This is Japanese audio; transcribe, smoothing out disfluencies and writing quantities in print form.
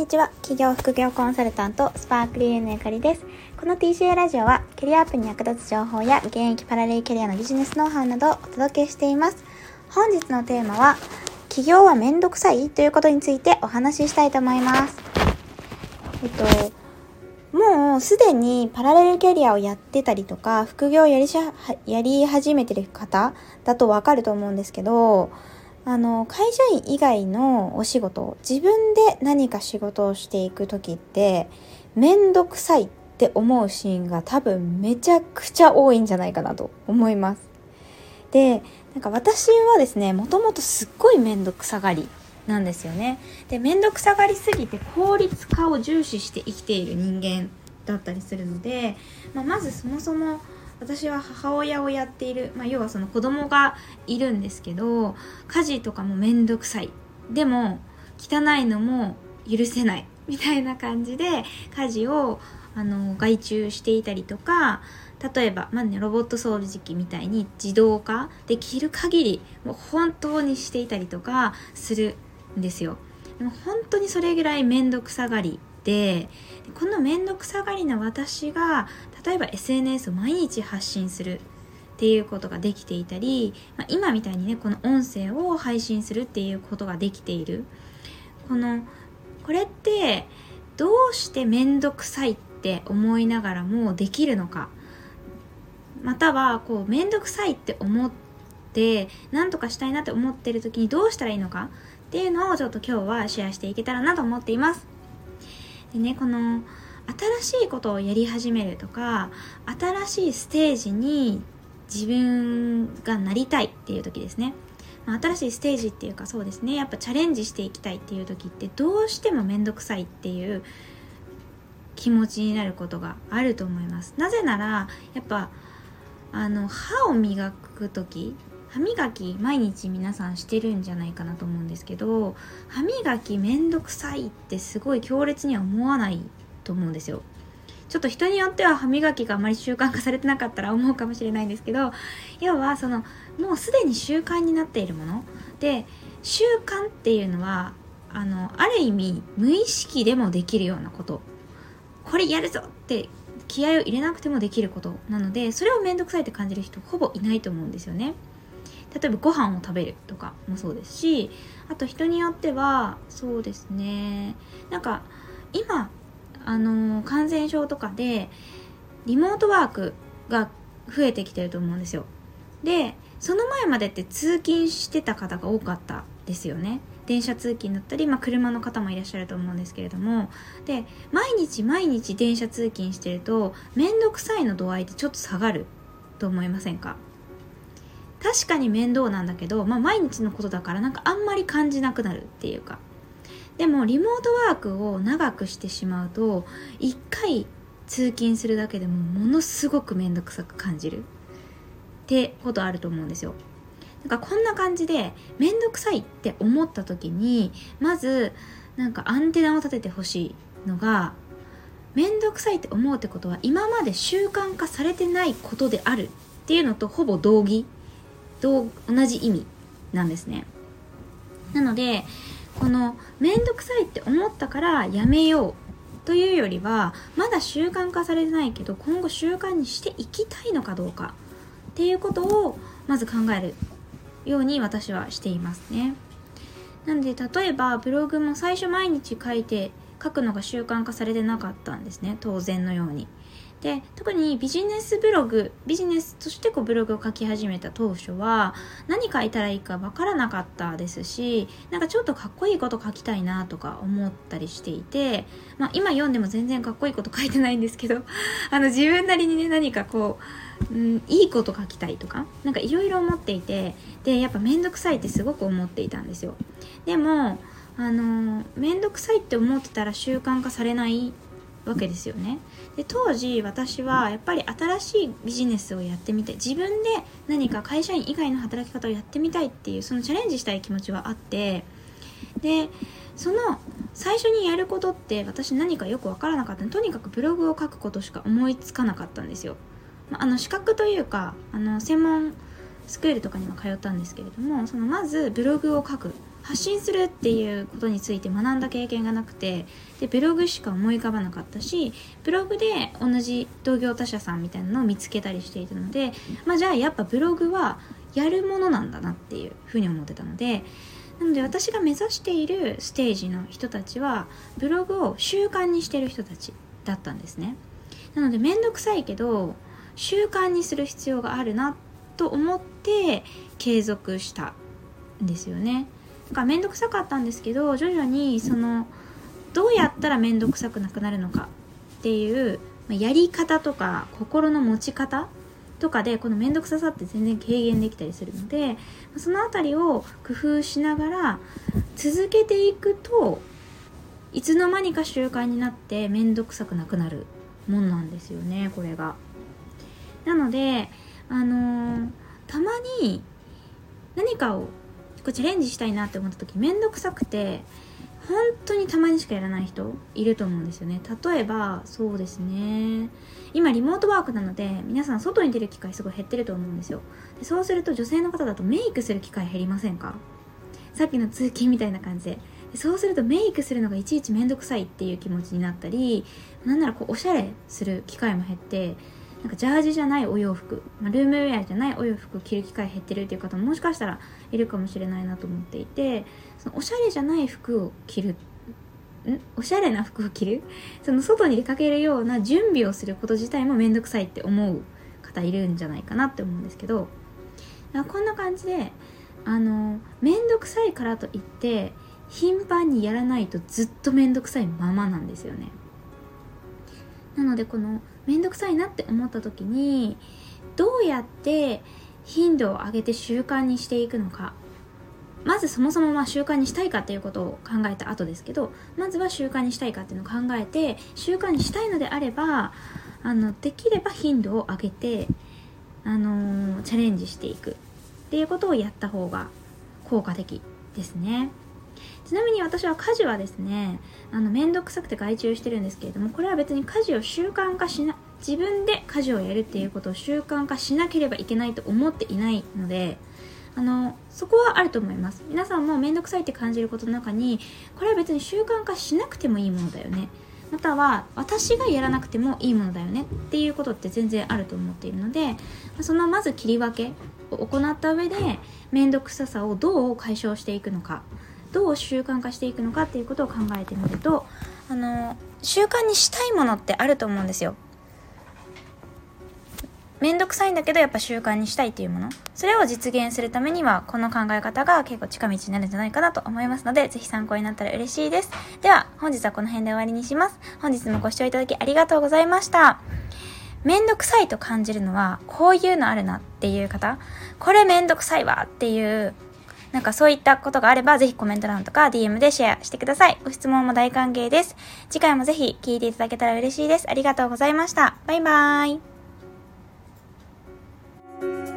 にちは。企業副業コンサルタントスパークリーのゆかりです。この TCA ラジオはキャリアアップに役立つ情報や現役パラレルキャリアのビジネスノウハウなどをお届けしています。本日のテーマは起業はめんどくさいということについてお話ししたいと思います。もうすでにパラレルキャリアをやってたりとか副業をやり始めてる方だとわかると思うんですけど、会社員以外のお仕事、自分で何か仕事をしていくときってめんどくさいって思うシーンが多分めちゃくちゃ多いんじゃないかなと思います。で、私はですね、もともとすっごいめんどくさがりなんですよね。で、めんどくさがりすぎて効率化を重視して生きている人間だったりするので、まずそもそも私は母親をやっている、要はその子供がいるんですけど、家事とかもめんどくさい、でも汚いのも許せないみたいな感じで家事を外注していたりとか、例えば、ロボット掃除機みたいに自動化できる限りもう本当にしていたりとかするんですよ。でも本当にそれぐらいめんどくさがりで、このめんどくさがりな私が例えば SNS を毎日発信するっていうことができていたり、今みたいにね、この音声を配信するっていうことができている。これってどうしてめんどくさいって思いながらもできるのか、またはめんどくさいって思って何とかしたいなって思ってる時にどうしたらいいのかっていうのをちょっと今日はシェアしていけたらなと思っています。でね、この新しいことをやり始めるとか、新しいステージに自分がなりたいっていう時ですね。新しいステージっていうか、そうですね、やっぱチャレンジしていきたいっていう時ってどうしてもめんどくさいっていう気持ちになることがあると思います。なぜならやっぱ歯を磨く時、歯磨き毎日皆さんしてるんじゃないかなと思うんですけど、歯磨きめんどくさいってすごい強烈には思わないと思うんですよ。ちょっと人によっては歯磨きがあまり習慣化されてなかったら思うかもしれないんですけど、要はもうすでに習慣になっているもので、習慣っていうのはある意味無意識でもできるようなこと、これやるぞって気合を入れなくてもできることなので、それをめんどくさいって感じる人ほぼいないと思うんですよね。例えばご飯を食べるとかもそうですし、あと人によってはそうですね、今感染症とかでリモートワークが増えてきてると思うんですよ。で、その前までって通勤してた方が多かったですよね。電車通勤だったり、車の方もいらっしゃると思うんですけれども、で、毎日電車通勤してるとめんどくさいの度合いってちょっと下がると思いませんか？確かに面倒なんだけど、毎日のことだからあんまり感じなくなるっていうか。でもリモートワークを長くしてしまうと、一回通勤するだけでもものすごくめんどくさく感じるってことあると思うんですよ。こんな感じでめんどくさいって思った時に、まずアンテナを立ててほしいのが、めんどくさいって思うってことは今まで習慣化されてないことであるっていうのとほぼ同じ意味なんですね。なので、このめんどくさいって思ったからやめようというよりは、まだ習慣化されてないけど今後習慣にしていきたいのかどうかっていうことをまず考えるように私はしていますね。なので、例えばブログも最初毎日書くのが習慣化されてなかったんですね、当然のように。で、特にビジネスとしてブログを書き始めた当初は何書いたらいいかわからなかったですし、ちょっとかっこいいこと書きたいなとか思ったりしていて、今読んでも全然かっこいいこと書いてないんですけど自分なりにね、何かいいこと書きたいとかいろいろ思っていて、で、やっぱめんどくさいってすごく思っていたんですよ。でもめんどくさいって思ってたら習慣化されないわけですよね。で、当時私はやっぱり新しいビジネスをやってみたい、自分で何か会社員以外の働き方をやってみたいっていう、そのチャレンジしたい気持ちはあって、で、その最初にやることって私何かよくわからなかったので、とにかくブログを書くことしか思いつかなかったんですよ。資格というか専門スクールとかにも通ったんですけれども、まずブログを書く、 発信するっていうことについて学んだ経験がなくて、でブログしか思い浮かばなかったし、ブログで同じ同業他社さんみたいなのを見つけたりしていたので、じゃあやっぱブログはやるものなんだなっていうふうに思ってたので、なので私が目指しているステージの人たちはブログを習慣にしている人たちだったんですね。なのでめんどくさいけど習慣にする必要があるなと思って継続したんですよね。だからめんどくさかったんですけど、徐々にどうやったらめんどくさくなくなるのかっていうやり方とか心の持ち方とかでこのめんどくささって全然軽減できたりするので、そのあたりを工夫しながら続けていくといつの間にか習慣になってめんどくさくなくなるもんなんですよね、これが。なのでたまに何かをチャレンジしたいなって思った時めんどくさくて本当にたまにしかやらない人いると思うんですよね。例えばそうですね、今リモートワークなので皆さん外に出る機会すごい減ってると思うんですよ。でそうすると女性の方だとメイクする機会減りませんか？さっきの通勤みたいな感じで。そうするとメイクするのがいちいちめんどくさいっていう気持ちになったり、なんならおしゃれする機会も減って、なんかジャージじゃないお洋服、ルームウェアじゃないお洋服を着る機会減ってるっていう方ももしかしたらいるかもしれないなと思っていて、そのおしゃれじゃない服を着る、おしゃれな服を着る、その外に出かけるような準備をすること自体もめんどくさいって思う方いるんじゃないかなって思うんですけど、こんな感じでめんどくさいからといって頻繁にやらないとずっとめんどくさいままなんですよね。なのでこのめんどくさいなって思った時にどうやって頻度を上げて習慣にしていくのか、まずそもそも習慣にしたいかっていうことを考えた後ですけど、まずは習慣にしたいかっていうのを考えて、習慣にしたいのであればできれば頻度を上げてチャレンジしていくっていうことをやった方が効果的ですね。ちなみに私は家事はですね、めんどくさくて外注してるんですけれども、これは別に家事を習慣化しな、自分で家事をやるっていうことを習慣化しなければいけないと思っていないので、そこはあると思います。皆さんもめんどくさいって感じることの中に、これは別に習慣化しなくてもいいものだよね、または私がやらなくてもいいものだよねっていうことって全然あると思っているので、そのまず切り分けを行った上でめんどくささをどう解消していくのか、どう習慣化していくのかっていうことを考えてみると、習慣にしたいものってあると思うんですよ。めんどくさいんだけどやっぱ習慣にしたいっていうもの、それを実現するためにはこの考え方が結構近道になるんじゃないかなと思いますので、ぜひ参考になったら嬉しいです。では本日はこの辺で終わりにします。本日もご視聴いただきありがとうございました。めんどくさいと感じるのはこういうのあるなっていう方、これめんどくさいわっていうなんかそういったことがあればぜひコメント欄とか DM でシェアしてください。ご質問も大歓迎です。次回もぜひ聞いていただけたら嬉しいです。ありがとうございました。バイバーイ。